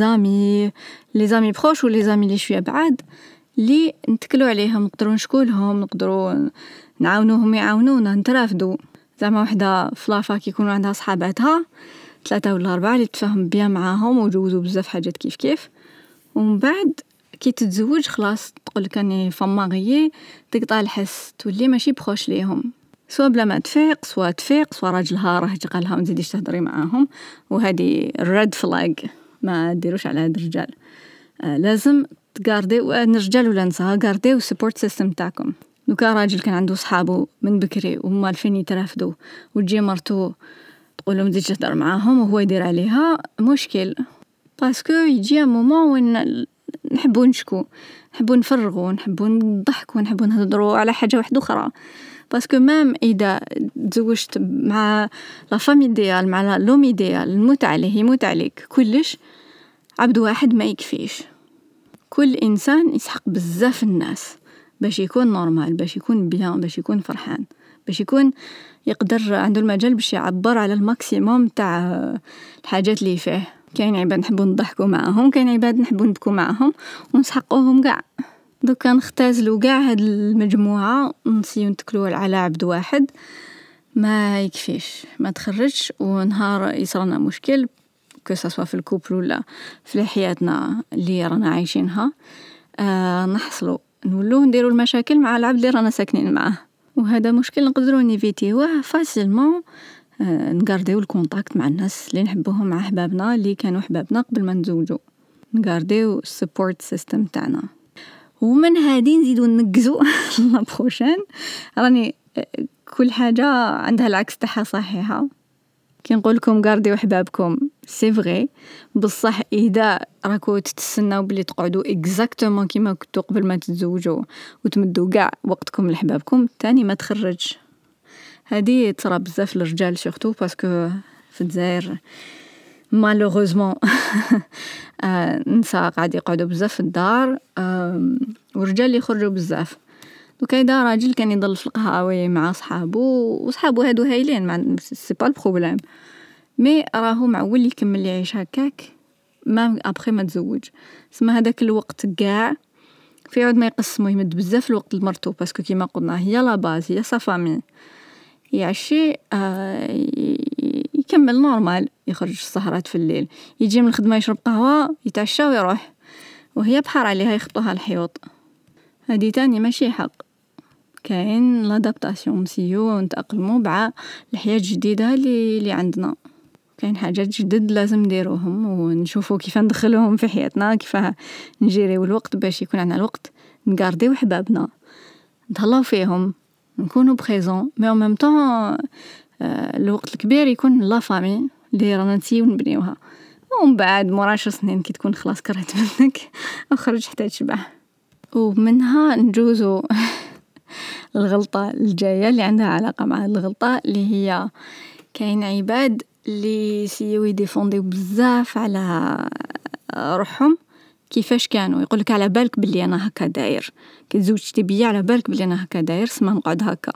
A: زامي بروش ولي زامي اللي شويه بعاد اللي نتكلوا عليهم، نقدروا نشكولهم، نقدروا نعاونوهم يعاونونا، نترافدوا. زعما وحده فلافاك يكونوا عندها صحاباتها 3 ولا 4 اللي تفهم بيان معاهم وجوزوا بزاف حاجات كيف ومن بعد كي تتزوج خلاص تقولك اني فماغيي تقطع الحس، تولي ماشي بخوش ليهم، سوا بلا ما تفيق سوا راجلها راه قالها ما تزيديش تهضري معاهم. وهذه الريد فلاج ما ديروش على هاد الرجال. لازم تغارديو الرجال ولا نساء غارديو السبورت سيستم تاعكم. دوكا راجل كان عنده صحابه من بكري وهما الفين يترافدوا وتجي مرتو تقول لهم تزيدش تهضر معاهم وهو يدير عليها مشكل، باسكو يجي مومون وين نحبوا نشكو، نحبوا نفرغوا، نحبوا نضحكوا، نحبوا نهضروا على حاجه واحده اخرى. باسكو مام اذا تزوجت مع لا فامي ديال مع لومي ديال الموت عليه يموت عليك كلش، عبد واحد ما يكفيش. كل انسان يسحق بزاف الناس باش يكون نورمال، باش يكون بيان، باش يكون فرحان، باش يكون يقدر عنده المجال باش يعبر على الماكسيموم تاع الحاجات اللي فيه. كاين عباد نحبوا نضحكوا معاهم، كاين عباد نحبوا نبكوا معاهم ونسحقوهم كاع. دوكا نختازلوا كاع هاد المجموعه نسيو نتكلوا على عبد واحد ما يكفيش، ما تخرجش. ونهار يصرنا مشكل كسوا في الكوبل ولا في حياتنا اللي رانا عايشينها، نحصلوا نولوا نديروا المشاكل مع العبد اللي رانا ساكنين معاه، وهذا مشكل نقدروا نيفيتيوه فاسيلمون. نغارديو الكونتاكت مع الناس اللي نحبوهم، مع احبابنا اللي كانوا احبابنا قبل ما نتزوجوا، نغارديو السبورت سيستم تاعنا. ومن هادي نزيدو ننقزو لا بروشين. راني كل حاجه عندها العكس تاعها صحيحه. كي نقول لكم غارديو احبابكم سي فري، بصح اذا راكو تتسناو بلي تقعدوا اكزاكتومون كيما كنتو قبل ما تتزوجوا وتمدوا كاع وقتكم لحبابكم، تاني ما تخرج. هذه تصرا بزاف للرجال سورتو باسكو في الجزائر مالوغوزمون النساء قاعد يقعدوا بزاف في الدار، والرجال اللي يخرجوا بزاف. دوكا اذا راجل كان يضل في القهاوي مع صحابو، وصحابو هادو هايلين مع سي با البروبليم، مي راهو معول يكمل يعيش هكاك ما ابخي ما تزوج. اسمها هذاك الوقت كاع في عود ما يقسمو يمد بزاف الوقت لمرتو، باسكو كيما قلنا هي لا باز، هي سا فامي. يعشي يكمل نورمال، يخرج السهرات في الليل، يجي من الخدمه يشرب قهوه، يتعشى ويروح، وهي بحار عليها يخطوها الحيوط. هذه تاني ماشي حق. كاين لادابتاسيون، نسيو نتاقلموا مع الحياه الجديده اللي عندنا. كاين حاجات جدد لازم نديروهم ونشوفوا كيف ندخلوهم في حياتنا، كيف نجيريو الوقت باش يكون عندنا الوقت نغارديو حبابنا، نتهلاو فيهم، نكونوا بريزون. مي ان ميم طون الوقت الكبير يكون لا فامي اللي رانا نسيو نبنيوها. ومن بعد مورا 10 سنين كي تكون خلاص كرهت منك اخرج حتى تشبع. ومنها نجوزو الغلطة الجاية اللي عندها علاقة مع الغلطة، اللي هي كاين عباد اللي سيو يديفونديو بزاف على روحهم كيفاش كانوا. يقولك على بالك بلي انا هكا داير، كي تزوجتي بيا على بالك بلي انا هكا داير، سما نقعد هكا.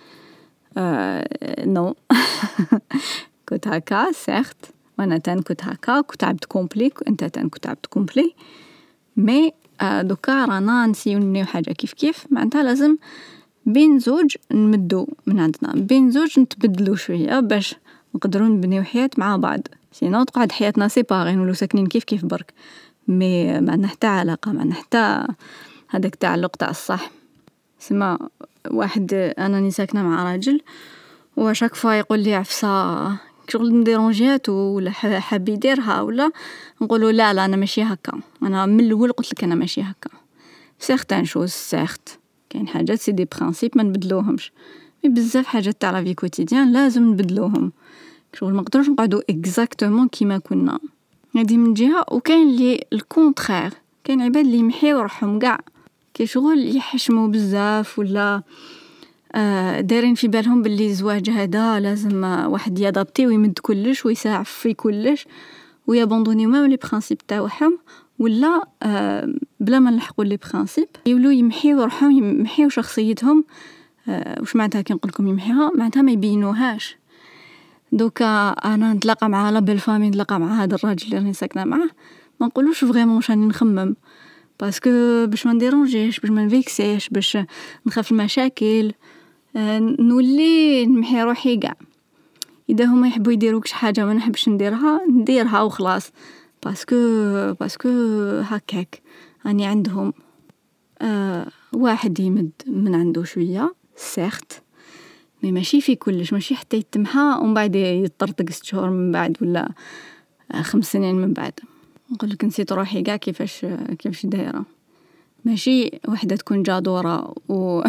A: نو كنت هكا سيرت، وانا تان كنت هكا، كنت عبد كومبلي، انت تان كنت عبد كومبلي. مي دوكا رانا نسيو نبنيو حاجه كيف كيف. معناتها لازم بين زوج نمدو من عندنا، بين زوج نتبدلو شويه باش نقدروا نبنيو حياه مع بعض. سينو تقعد حياتنا سيبارين ولو ساكنين كيف كيف برك، مي ما عندنا حتى علاقه، ما عندنا حتى هذاك تعلق تاع الصح. سما واحد انا ساكنه مع راجل، وشاك فوا يقول لي عفسه شغل مديرونجياتو ولا حاب يديرها، ولا نقولوا لا انا ماشي هكا، انا من الاول قلت لك انا ماشي هكا. سيغتان شوز سيغت كاين حاجات سي دي برينسيپ ما نبدلوهمش، مي بزاف حاجات تاع لا في كوتيديان لازم نبدلوهم. شغل ما نقدروش نقعدوا اكزاكتومون كيما كنا. هذه من جهه. وكاين لي الكونترير، كاين عباد اللي يمحيو روحهم كاع، كي شغل يحشموا بزاف ولا دايرين في بالهم باللي الزواج هذا لازم واحد يادابتي ويمد كلش ويساعف في كلش ويابوندونيو ميم لي برينسيپ تاعهم، ولا بلا ما نلحقوا لي برينسيپ يولوا يمحيو روحهم، يمحيو شخصيتهم. واش معناتها كي نقول لكم يمحيوها؟ معناتها ما يبينوهاش. دوكا انا نتلاقى مع لا بيل فامي، نتلاقى مع هذا الراجل اللي راني ساكنه معاه، ما نقولوش فريمون واش راني نخمم، باسكو باش ما نديرونجيش، باش ما نفيكسيش، باش نخاف المشاكل، نولي نمحي روحي كاع. اذا هما يحبوا يديروك شي حاجه ما نحبش نديرها وخلاص، باسكو هكاك راني عندهم. واحد يمد من عنده شويه سيرت، مي ماشي في كلش، ماشي حتى يتمحى ومن بعد يطرطق 6 شهور من بعد ولا 5 سنين من بعد. نقول لك نسيت روحي كاع كيفاش دايره. ماشي وحده تكون جادوره و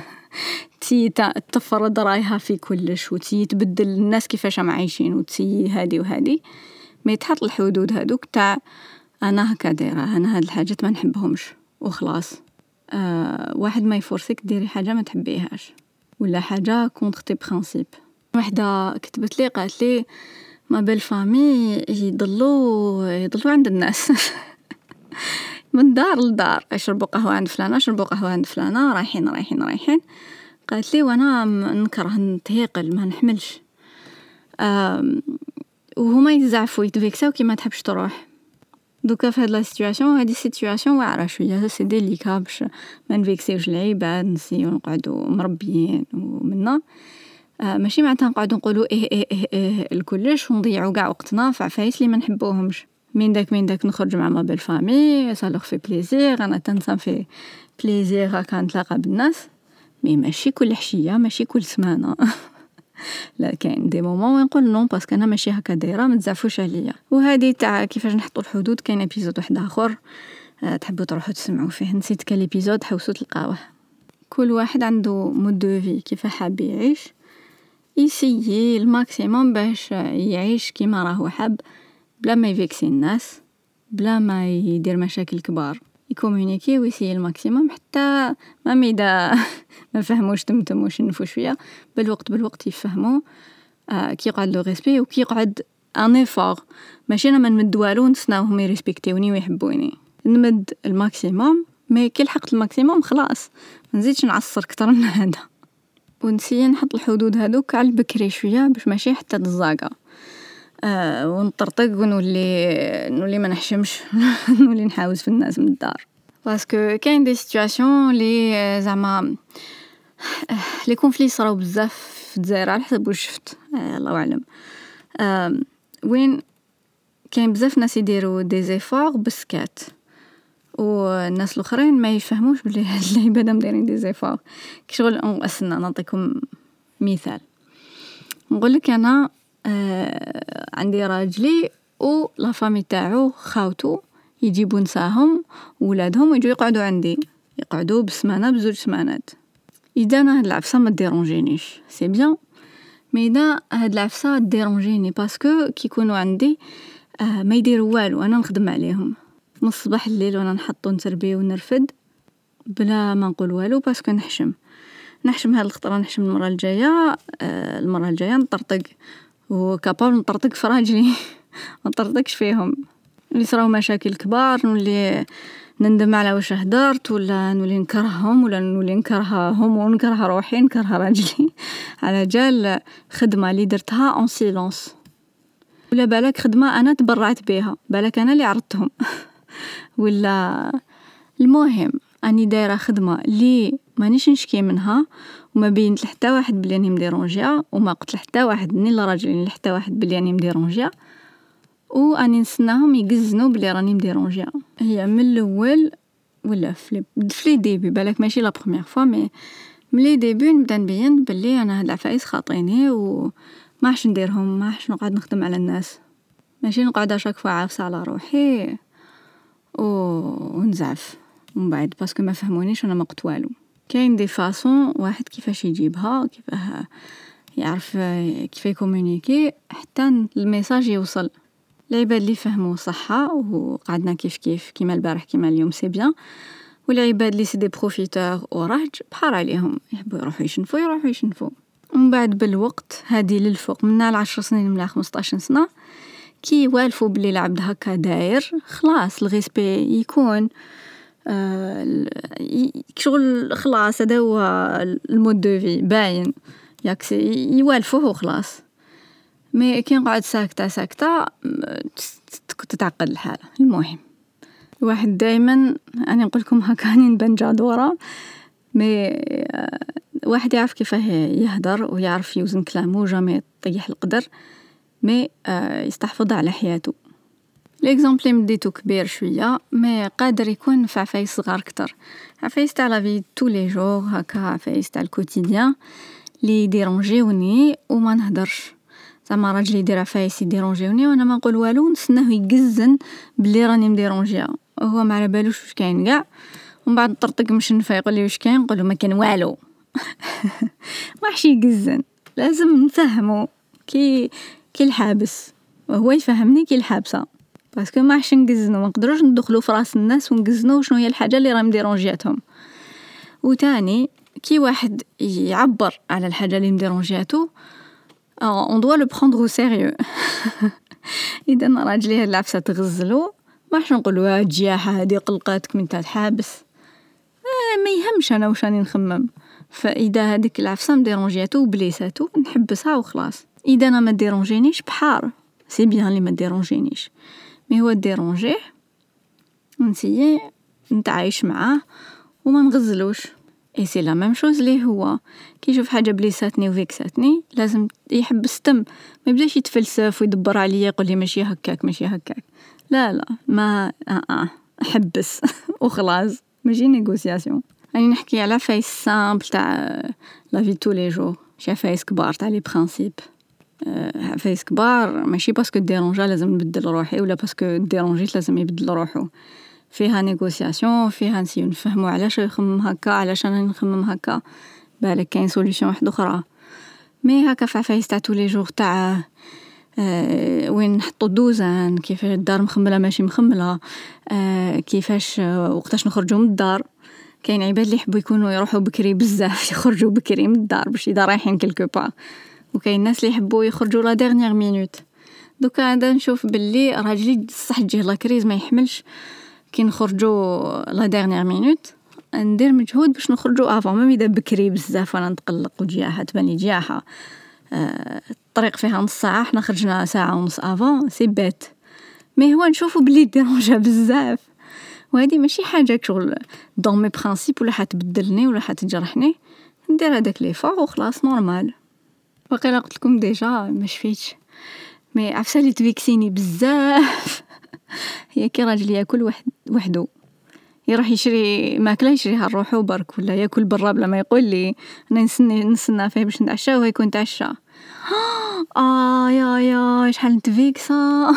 A: تفرض رايها في كلش وتبدل الناس كيفاش عايشين وتسي هادي وهادي، ما يتحط الحدود هادوك تاع انا هكا دايره، انا هاد الحاجات ما نحبهمش وخلاص. واحد ما يفورسك ديري حاجه ما تحبيهاش ولا حاجه كونتر تي برينسيپ. وحده كتبت لي قالت لي ما بيل فامي يضلوا عند الناس من دار لدار، يشربوا قهوه عند فلانه، يشربوا قهوه عند فلانه، رايحين. قالت لي وانا نكره نتهيقل ما نحملش. وهما يزعفوا يتفيكساو كي ما تحبش تروح. دوكا في هاد لا سيتوياسيون، هادي سيتوياسيون واعره شويه، سي ديليكا باش ما نفيكسيوش العباد، نسيو نقعدوا مربيين ومنا. ماشي معناتها نقعدوا نقولوا إيه الكلش ونضيعوا كاع وقتنا في عفايس اللي ما نحبوهمش. من داك نخرج مع ما بيل فامي، سا لوغ في بليزير، انا تنسى في بليزير هكا نتلاقى بالناس. مي ماشي كل حشيه ماشي كل سمانه. لا كاين دي مومون وين نقول نو باسكو انا ماشي هكا دايره ما تزعفوش عليا. وهذه تاع كيفاش نحطوا الحدود كاين ابيزود واحد اخر تحبوا تروحوا تسمعوا فيه، نسيت كال ابيزود حوسوا تلقاوه. كل واحد عنده مود دو في كيف حاب يعيش، يسيي الماكسيموم باش يعيش كيما راهو حاب بلا ما يفيكسي الناس، بلا ما يدير مشاكل كبار، يكومونيكي ويسيي الماكسيموم حتى ما ميدا ما فهموش تمتموش نفو شويه بالوقت يفهموا. كي يقعد لو ريسبي وكي يقعد ان ايفور، ماشي انا ما نمد والو نسناوهم يريسبكتيوني ويحبوني، نمد الماكسيموم مي كي لحقت الماكسيموم خلاص ما نزيدش نعصر اكثر من هذا. ونسي نحط الحدود هذوك على البكري شويه باش ماشي حتى الزاقه ونطرطق ونولي ما نحشمش نولي نحاوز في الناس من الدار. باسكو كاين دي سيتوياسيون لي زعما لي كونفلي صراو بزاف في الجزائر على حسب واش شفت، الله اعلم، وين كاين بزاف ناس يديروا دي زيفور بسكات والناس الاخرين ما يفهموش بلي هاد العباد دايرين دي زيفور. كشغل اسنا نعطيكم مثال، نقول لك انا عندي راجلي و لا فامي تاعو خاوتو يجيبوا نساهم وولادهم ويجوا يقعدوا عندي، يقعدوا بسمانه بزوج سمانات. اذا انا هاد العفسه ما ديرونجينيش سي بيان، مي اذا هاد العفسه ديرونجيني باسكو كي يكونوا عندي ما يديروا والو، انا نخدم عليهم من الصباح الليل وانا نحط ونتربي ونرفد بلا ما نقول والو باسكو نحشم هاد الخطره، نحشم المره الجايه نطرطق وكابابل نطرطق في راجلي ما نطرطقش فيهم. اللي صراو مشاكل كبار نولي نندم على واش هدرت، ولا نولي نكرههم، ولا نولي نكرههم ونكره روحي نكره راجلي على جال خدمه اللي درتها اون سيلونس، ولا بالك خدمه انا تبرعت بها، بالك انا اللي عرضتهم ولا المهم اني دايره خدمه اللي مانيش نشكي منها وما بينت لحتى واحد بلي راني مديرونجيا، وما قلت لحتى واحد ني لا راجلين لحتى واحد بلي راني مديرونجيا، واني نسناهم يقزنوا بلي راني مديرونجيا. هي من الاول ولا في لي ديبي، بالك ماشي لا بروميير فوا، مي من لي ديبي نبدا نبين بلي انا هاد العفايس خاطيني وما راحش نديرهم، ما راحش نقعد نخدم على الناس، ماشي نقعد اشاك فوا عافسه على روحي ونزعف من بعد باسكو ما فهمونيش وانا ما قلت والو. كاين دي فاصون واحد كيفاش يجيبها، كيفاه يعرف كيف يكومونيكي حتى الميساج يوصل. العباد اللي فهموا صحة وقعدنا كيف كيما البارح كيما اليوم سي بيان، والعباد اللي سي دي بروفيتور ورهج بحار عليهم يحبوا يروحوا يشنفوا. ومن بعد بالوقت هذه للفوق من 10 سنين من 15 سنة كي والفوا بلي العبد هكا داير خلاص الغيسبي يكون شغل خلاص، هذا هو المود دو في باين ياك يوالفوه خلاص. مي كي نقعد ساكته تتعقد الحاله. المهم الواحد دائما انا نقول لكم هكا راني نبان جادوره، مي واحد يعرف كيفاه يهدر ويعرف يوزن كلامه جامي يطيح القدر، مي يستحفظ على حياته. ليكزامبل مديتو كبير شويه مي قادر يكون في عفايس صغار كتر، عفايس تاع لا في تو لي جور هكا، عفايس تاع الكوتيديان لي ديرونجيوني وما نهدرش. زعما راجلي يدير عفايس يديرونجيوني وانا ما نقول والو، نستناه يقزن بلي راني مديرونجيا وهو ما على بالوش واش كاين كاع، ومن بعد طرطق مشنفه يقول لي واش كاين، نقول له ما كان والو ما حش يقزن. لازم نفهمه كي الحابس وهو يفهمني كي الحابسه، باسكو ما حش نقزنوا، ما نقدروش ندخلوا في راس الناس ونقزنوا شنو هي الحاجه اللي راه مديرونجياتهم. وتاني كي واحد يعبر على الحاجه اللي مديرونجياتو on doit le prendre au sérieux. اذا راجلي هاد العفسه تغزلو ما حش نقولوا جياحه هذه قلقاتك من تاع الحابس، ما يهمش انا واش راني نخمم. فاذا هذيك العفسه مديرونجياتو وبليساتو نحبسها وخلاص. اذا انا ما ديرونجينيش بحار سي بيان اللي ما ديرونجينيش، مي هو ديرونجيه نسيي نتعايش معاه وما نغزلوش. اي سي لا ميم شوز ليه هو كي يشوف حاجه بليساتني وفيكساتني لازم يحبس تم، ما يبداش يتفلسف ويدبر عليا يقول لي ماشي هكاك. لا ما احبس وخلاص، ماشي نيغوسياسيون. راني نحكي على عفايس سامبل تاع لا في تو لي جور، ماشي عفايس كبار تاع لي برينسيپ. عفايس كبار ماشي باسكو ديرونجا لازم نبدل روحي، ولا باسكو ديرونجيت لازم يبدل روحو. فيها نيغوسياسيون، فيها نسيو نفهمو علاش يخمم هكا، علاش انا نخمم هكا، بالك كاين سوليوشن واحده اخرى. مي هكا في عفايس تاع تو لي جور تاع وين نحطو دوزان، كيف الدار مخمله ماشي مخمله، كيفاش وقتاش نخرجوا من الدار. كاين عباد اللي يحبوا يكونوا يروحوا بكري بزاف، يخرجوا بكري من الدار باش اذا رايحين كلكو با، وكاين الناس اللي يحبوا يخرجوا لا ديرنيير مينوت. دوكا انا نشوف باللي راجلي صح تجيه لا كريز ما يحملش كي نخرجوا لا ديرنيير مينوت، ندير مجهود باش نخرجوا افون، ما يدا بكري بزاف وانا نتقلق وجياحه تباني جياحه. الطريق فيها نص ساعه، احنا خرجنا ساعه ونص افون، سي بيت. مي هو نشوفوا بلي ديرونجا بزاف، وهذه ماشي حاجه شغل دون مي برينسيپ ولا حتبدلني ولا حتجرحني. ندير هذاك لي فور وخلاص نورمال. وقيلا قلت لكم ديجا ما شفيتش، مي عفسه اللي تفيكسيني بزاف هي كي راجل ياكل وحده، يروح يشري ماكله يشريها لروحو برك، ولا ياكل برا بلا ما يقول لي. انا نستنى فيه باش نتعشى وهو يكون تعشى. يا شحال نتفيكسا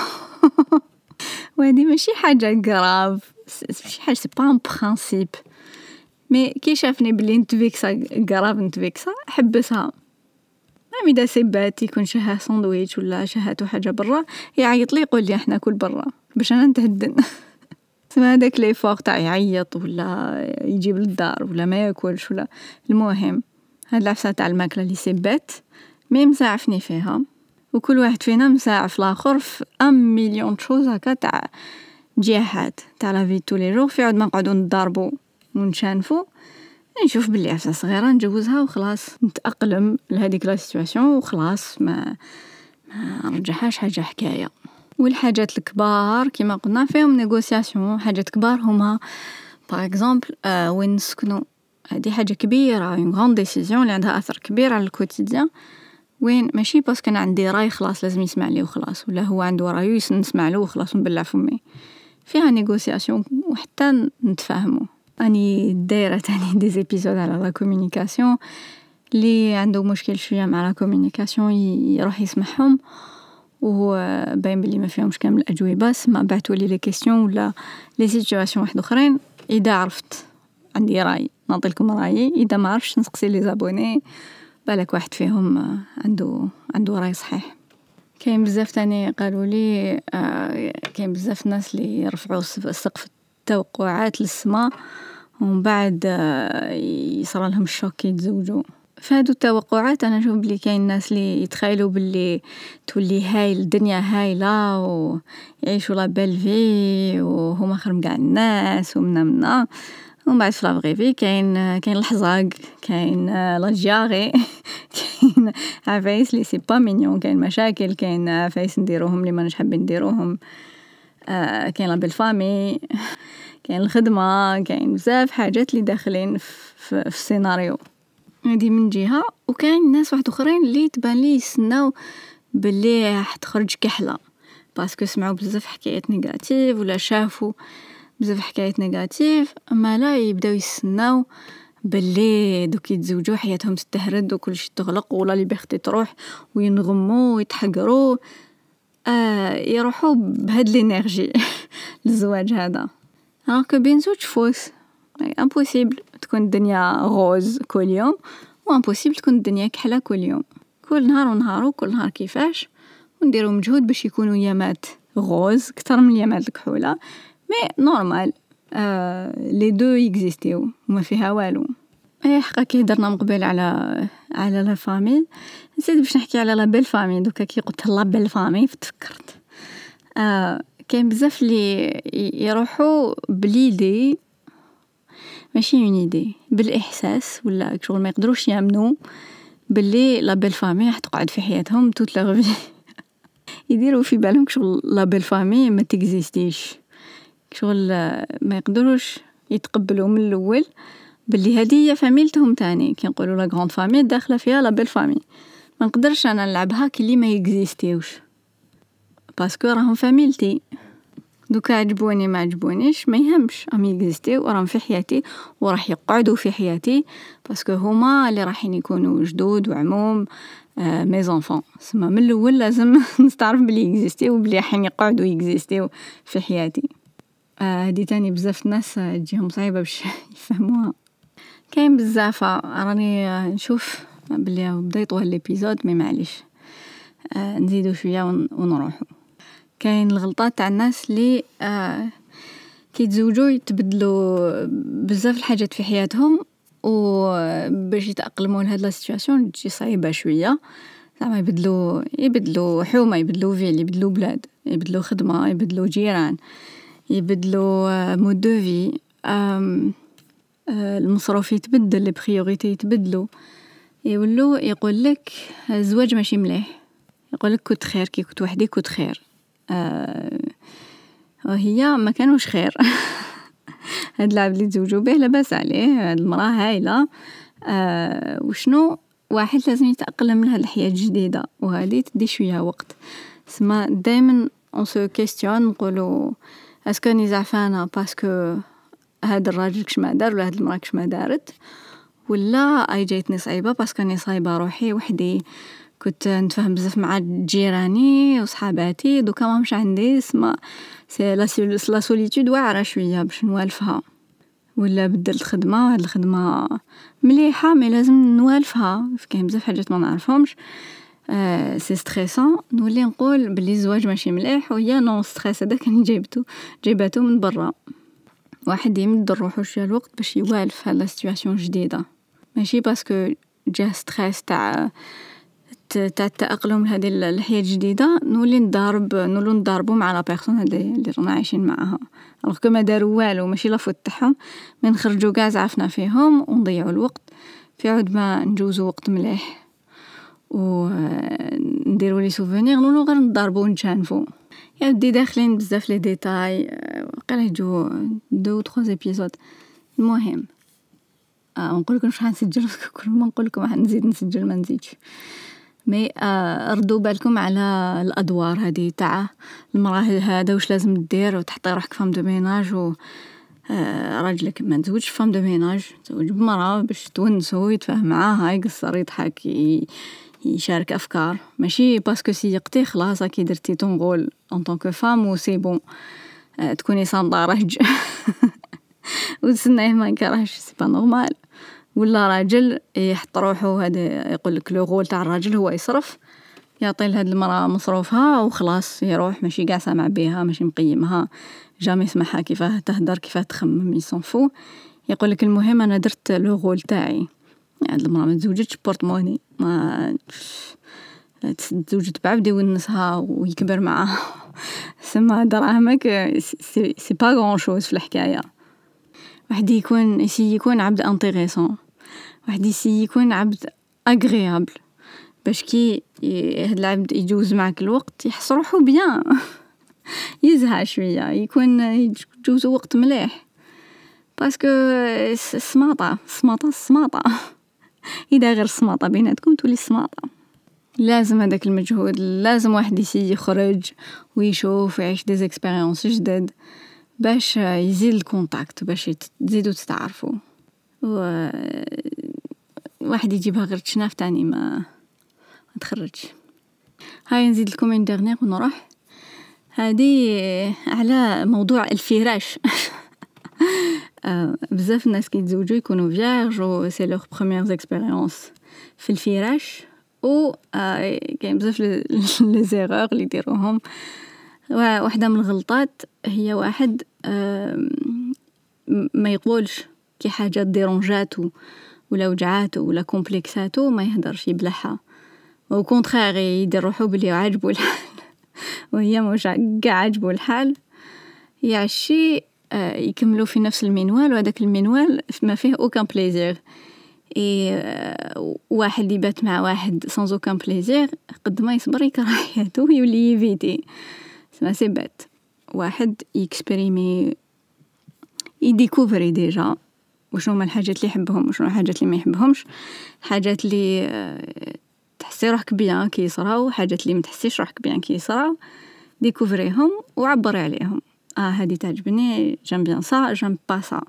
A: وهذه ماشي حاجه غراف، ماشي حاجه سي با ان برينسيپ. مي كي شافني بلي نتفيكسا غراف نتفيكسا حبسها. ما ميدا سيبات يكون شهاه ساندويتش ولا شهاتو حاجه برا، يعيط لي يقول لي احنا كل برا باش انا نتهدن. سما هذاك لي فوق تاع يعيط ولا يجيب للدار ولا ما ياكلش ولا. المهم هاد العفسه تاع الماكله اللي سيبات مي مساعفني فيها، وكل واحد فينا مساعف الاخر في 1 مليون شوز هكا تاع جياحات تاع لا في تو لي جور. في عود ما نقعدوا نضربوا ونشانفوا، نشوف باللي عفسه صغيره نجوزها وخلاص، نتاقلم لهذيك لا سيتوياسيون وخلاص، ما نرجعهاش حاجه حكايه. والحاجات الكبار كما قلنا فيهم نيغوسياسيون. حاجات كبار هما باغ اكزومبل وين نسكنوا، هذه حاجه كبيره، اون غراند ديسيزيون اللي عندها اثر كبير على الكوتيديان. وين ماشي باسكو انا عندي راي خلاص لازم يسمع لي وخلاص، ولا هو عنده راي نسمع له وخلاص ونبلع فمي. فيها نيغوسياسيون وحتى نتفاهموا. اني دايره تاني دي زيبيزود على لا كومونيكاسيون، اللي عنده مشكل شويه مع لا كومونيكاسيون يروح يسمعهم، وباين بلي ما فيهمش كامل الاجوبه. ما بعثوا لي لي كيسيون ولا لي سيتوياسيون واحد اخرين، اذا عرفت عندي راي نعطي لكم رايي، اذا ما عرفتش نسقسي لي زابوني بالك واحد فيهم عنده راي صحيح. كاين بزاف تاني قالوا لي كاين بزاف ناس اللي يرفعوا سقف التوقعات للسماء ومن بعد يصرى لهم الشوك يتزوجوا. فهادو التوقعات انا نشوف بلي كاين ناس اللي يتخيلوا باللي تولي هايل الدنيا هايله ويعيشوا لا بيل في وهما خير من كاع الناس ومنا ومن بعد في لا في كاين الحزاق، كاين لا جياغي كاين عفايس لي سي با مينيون، كاين مشاكل، كاين عفايس نديروهم اللي ماناش حابين نديروهم، كاين لا بيل فامي، كاين الخدمه، كاين بزاف حاجات اللي داخلين في السيناريو هذه من جهه. وكاين ناس واحد اخرين اللي تبان لي يسناو باللي راح تخرج كحله باسكو سمعوا بزاف حكايات نيجاتيف ولا شافوا بزاف حكايات نيجاتيف، اما لا يبداو يسناو باللي دوك يتزوجوا حياتهم تتهرد وكل شيء تغلق ولا ليبرتي تروح وينغموا ويتحقروا، يروحوا بهاد الانرجي للزواج هذا. alors que بين زوج فوس امبوسيبل تكون الدنيا غوز كل يوم، وامبوسيبل تكون الدنيا كحله كل يوم. كل نهار ونهار وكل نهار كيفاش، ونديروا مجهود باش يكونوا يامات غوز اكثر من اليامات الكحوله. مي نورمال لي دو يكزيستيو وما فيها والو. اي حقا كي هضرنا مقبل على لا فامي، نسيت باش نحكي على لا بيل فامي. دوكا كي قلت لا بيل فامي تفكرت كاين بزاف اللي يروحوا بليدي ماشي اون ايدي، بالاحساس ولا شغل ما يقدروش يامنوا باللي لا بيل فامي راح تقعد في حياتهم توت لا في. يديروا في بالهم شغل لا بيل فامي ما تكزيستيش، شغل ما يقدروش يتقبلوا من الاول باللي هذه هي فاميلتهم تاني. كي نقولوا لا غراند فامي داخله فيها لا بيل فامي، ما نقدرش انا نلعبها كلي ما يكزيستيوش باسكو راهم فاميلتي. دوكا عجبوني ما عجبونيش ما يهمش، راهم يكزيستيو وراهم في حياتي وراح يقعدوا في حياتي باسكو هما اللي راحين يكونوا جدود وعموم مي زونفون. سما من الاول لازم نستعرف بلي يكزيستيو وبلي راحين يقعدوا يكزيستيو في حياتي. هادي تاني بزاف الناس تجيهم صعيبه باش يفهموها. كاين بزاف راني نشوف بلي بدا يطول ليبيزود مي معليش نزيدو شويه ونروحو. كاين الغلطات تاع الناس اللي كيتزوجوا يتبدلوا بزاف الحاجات في حياتهم وباش يتأقلموا لهاد لا سيتوياسيون تجي صعيبه شويه. زعما يبدلوا حومه، يبدلوا فيل، يبدلوا بلاد، يبدلوا خدمه، يبدلوا جيران، يبدلوا مود دو في، المصروف يتبدل، لي بريوريتي يتبدلوا، يولوا يقول لك الزواج ماشي مليح، يقول لك كنت خير كي كنت وحدي كنت خير. وهي ما كانوش خير. هاد العبد اللي تزوجوا به لاباس عليه، هاد المراه هايله، وشنو واحد لازم يتأقلم لهاد الحياة الجديدة وهذه تدي شويه وقت. سما دائما اون سو كيستيون نقولوا اسكو راني زعفانه باسكو هاد الراجل كش ما دار ولا هاد المراه كش ما دارت، ولا اي جايتني صعيبه باسكو راني صايبه روحي وحدي، كنت نتفاهم بزاف مع جيراني وصحاباتي دوكا ما مش عندي. اسمع سي لا سوليتود واعره شويه باش نوالفها، ولا بدلت خدمه وهاد الخدمه مليحه مي لازم نوالفها، كاين بزاف حاجات ما نعرفهمش، سي ستريسون. نولي نقول بلي الزواج ماشي مليح وهي نو ستريس هذاك اللي جايباتو من برا. واحد يمد روحو شويه الوقت باش يوالف هاد لا سيتوياسيون جديده، ماشي باسكو جا ستريس تاع التأقلم لهذه الحياة الجديدة نولي نضاربوا مع لا بيرسون اللي رانا عايشين معاها، alors que ما داروا والو ماشي لافوت تاعهم، من نخرجوا كاع زعفنا فيهم ونضيعوا الوقت في عود ما نجوزوا وقت مليح ونديروا لي سوفونير نولو غير نضاربوا ونتشانفوا. يا ودي داخلين بزاف لي ديتاي وقيلا يجوا 2 3 ايبيزود. المهم نقول لكم واش حنسجل، كل ما نقول لكم نزيد نسجل ما نزيدش. مي ردوا بالكم على الادوار هذه تاع المراه هذا واش لازم دير وتحطي روحك فام دو ميناج، و راجلك ما تزوجش فام دو ميناج، تزوج بمراه باش تونسوا يتفاهم معاها، يقصر يضحك يشارك افكار، ماشي باسكو سيقتي خلاص كي درتي طون رول ان طونك فام و سي بون تكوني صامده رهج وتسنيه ما يكرهش، سي با نورمال. ولا راجل يحط روحه هذا يقول لك لو رول تاع الراجل هو يصرف، يعطي لهاد المراه مصروفها وخلاص يروح، ماشي قاع سامع بها، ماشي مقيمها، جامي يسمعها كيفاه تهدر كيفاه تخمم، يصنفو. يقول لك المهم انا درت لو رول تاعي. يعني المراه ما تزوجتش بورتموني، ما تزوجت بعبد يونسها ويكبر معاها. سما دراهمك سي با غون شوز في الحكايه. واحد يكون عبد انتريسون، واحد يكون عبد اغريابل باش كي هاد العبد يجوز معك الوقت يحس روحو بيان. يزهى شويه، يكون يجوز وقت مليح باسكو سماطه اذا غير سماطه بيناتكم تولي سماطه. لازم هذاك المجهود، لازم واحد يخرج ويشوف ويعيش دي اكسبيريونس جدد باش يزيد الكونتاكت، باش تزيدوا تتعرفوا. واحد يجيبها غير تشناف تاني ما تخرجش. هاي نزيد لكم من ديرنيير ونروح. هذه على موضوع الفراش. بزاف الناس كيتزوجوا يكونوا فيرج و سي لور بروميير اكسبيريونس في الفراش، و كاين بزاف لي زيرور اللي يديروهم. واحده من الغلطات هي واحد ما يقولش كي حاجه ديرونجاتو ولا وجعاتو ولا كومبلكساتو ما يهدرش يبلعها، او كونترير يدير روحو بلي عاجبو الحال وهي مش كاع عاجبو الحال، يعشي يكملوا في نفس المنوال وهذاك المنوال ما فيه اوكان بليزير. واحد يبات مع واحد سانز اوكان بليزير قد ما يصبر يكره حياته يولي يفيتي. سما سي بات واحد يكسبريمي يديكوفري ديجا وشنو هما الحاجات اللي يحبهم وشنو الحاجات اللي ما يحبهمش، حاجات اللي تحسي روحك بيان كي يصراو، حاجات اللي ما تحسيش روحك بيان كي يصراو، ديكوفريهم وعبري عليهم. هذه تعجبني، جيم بيان سا، جيم با سا.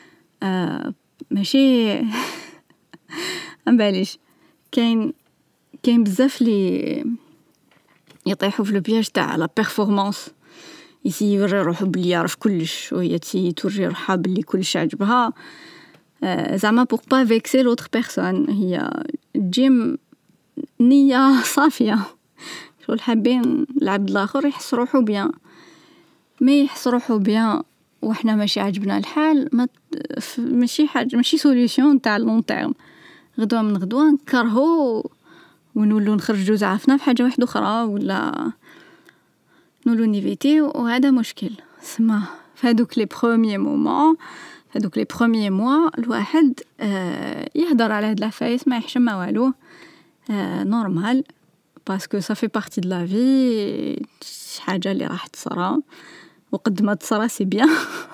A: ماشي مباليش. كاين بزاف لي يطيحوا في البياج تاع لا بيرفورمانس، يوري روحو بلي يعرف كلش، وهي توري روحها بلي كلش عجبها، زعما بور با فيكسي لوتر بيرسون. هي جيم نية صافية، شغل حابين العبد الاخر يحس روحو بيان، ما يحس روحو بيان وحنا ماشي عجبنا الحال. ماشي حاجه، ماشي سوليوشن تاع لون تيرم. غدوه من غدوه نكرهو ونولو نخرجو زعفنا في حاجه واحده اخرى، ولا نولو نيفيتي، وهذا مشكل. سما فهادوك لي بروميي مومون، هادوك لي بروميي موا، الواحد يهدر على هاد العفايس ما يحشم ما والو، نورمال، باسكو صافي بارتي دو لا في، حاجه اللي راح تصرا، وقد ما تصرا سي بيان.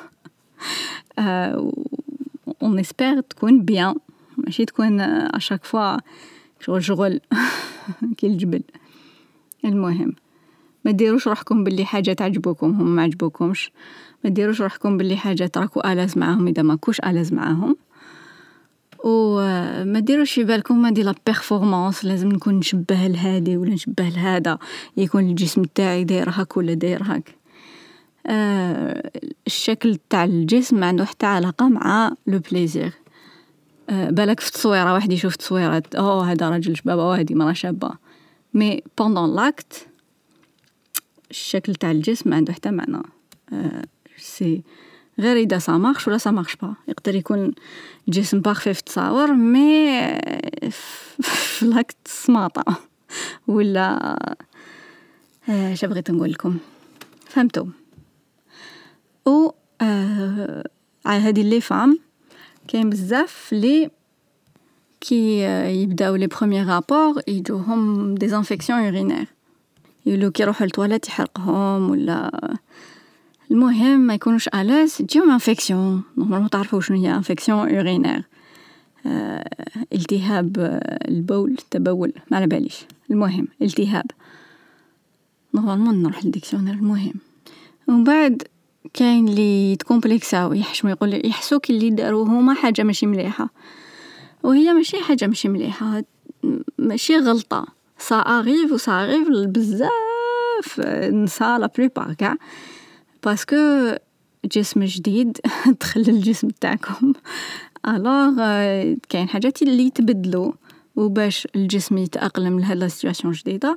A: اون اسبير تكون بيان، ماشي تكون اشاك فوا شغل كي الجبل. المهم ما ديروش روحكم باللي حاجه تعجبكم هم ما عجبوكمش، ما ديروش روحكم باللي حاجه تراكوا آلاز معاهم اذا ما كوش آلاز معاهم، وما ديروش في بالكم ما دي لا بيرفورمانس لازم نكون نشبه لهادي ولا نشبه لهذا، يكون الجسم تاعي داير هاك ولا داير هاك. الشكل تاع الجسم ما عنده حتى علاقه مع لو بليزير. بالك في التصويره واحد يشوف تصويرات هذا راجل شبابه وهذه مرا شابه، مي بوندون لاكت الشكل تاع الجسم ما عنده حتى معنى. سي غير اذا سا مارش ولا سا مارش با. يقدر يكون الجسم بارفي في التصاور مي في لاكت سماطه ولا اش بغيت نقول لكم، فهمتوا؟ او على هذه لي فام كاين بزاف لي كي يبداو لي بروميير رابور يجوهم دي انفيكسيون يورينير، يقولوا كي يروحوا للتواليت يحرقهم، ولا المهم ما يكونوش آلاز تجيهم انفيكسيون. نورمالمون تعرفوا شنو هي انفيكسيون يورينير، التهاب البول، تبول، ما على باليش. المهم التهاب، نورمالمون نروح للديكسيونير. المهم ومن بعد كاين لي يتكومبلكساو، يحشموا يقول يحسوا كي اللي داروه هما حاجه ماشي مليحه، وهي ماشي حاجه ماشي مليحه، ماشي غلطه. سا اريف و سا اريف بزاف نسا لا بلوبار كاع، باسكو جسم جديد دخل الجسم تاعكم، الوغ كاين حاجات اللي يتبدلوا، وباش الجسم يتأقلم لهاد لا سيتواسيون جديده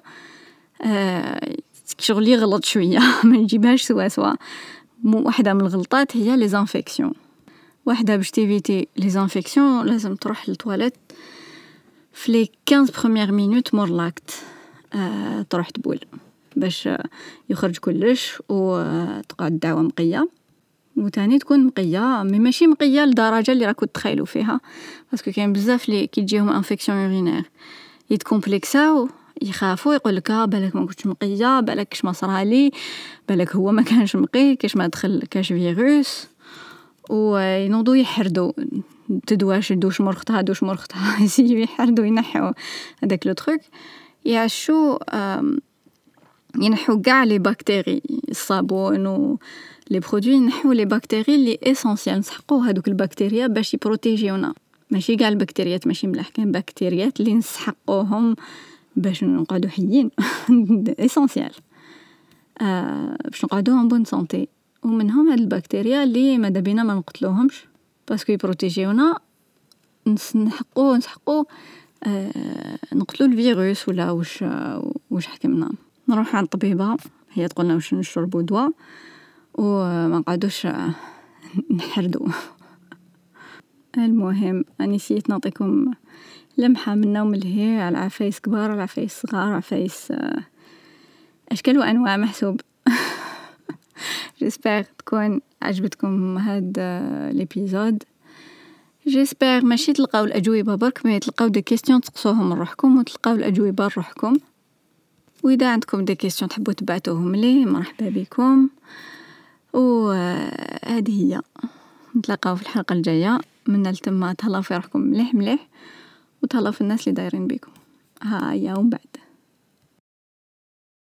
A: شغل يغلط شويه ما يجيبهاش سوا. واحده من الغلطات هي لي زانفيكسيون. واحده باش تيفيتي لي زانفيكسيون لازم تروح للتواليت في لي 15 بروميير مينوت مور لاكت، تروح تبول باش يخرج كلش، وتقعد الدعوه مقيه، وتاني تكون مقيه، مي ماشي مقيه لدرجه اللي راكو تخيلوا فيها، باسكو كاين بزاف لي كي تجيهم انفيكسيون يورينير يتكومبلكساو، يخافوا، يقول لك بالك ما كنتش مقيه، بالك كش ما صرالي، بالك هو ما كانش مقي، كاش ما دخل كاش فيروس، وينوضوا يحردوا تدواش دوش مرختها يسيو يحردوا ينحوا هذاك لو تروك، يعشوا ينحوا كاع لي بكتيري، الصابون و لي برودوي، ينحوا لي بكتيري اللي اسونسيال، نسحقوا هذوك البكتيريا باش يبروتيجيونا. ماشي كاع البكتيريات ماشي ملاح، كاين بكتيريات اللي نسحقوهم باش نقعدوا حيين اسونسيال، باش نقعدوا ان بون سونتي. ومنهم هاد البكتيريا اللي ماذا بينا ما نقتلوهمش باسكو يبروتيجيونا، نسحقوا نقتلوا الفيروس ولا واش حكمنا. نروح عند الطبيبه، هي تقولنا واش نشربوا دواء وما نقعدوش نحردوا. المهم اني نسيت نعطيكم لمحه من نوم الهي على عفايس كبار، على عفايس صغار، عفايس اشكال وانواع محسوب. جيسبر تكون عجبتكم هاد ليبيزود، جيسبر ماشي تلقاو الاجوبه برك، مي تلقاو دي كيستيون تسقسوهم لروحكم وتلقاو الاجوبه لروحكم. واذا عندكم دي كيستيون تحبوا تبعتوهم لي مرحبا بكم. وهذه هي، نتلاقاو في الحلقه الجايه. من لتما تهلاو في روحكم مليح مليح، وتهلاو في الناس اللي دايرين بكم. ها يا ومن بعد.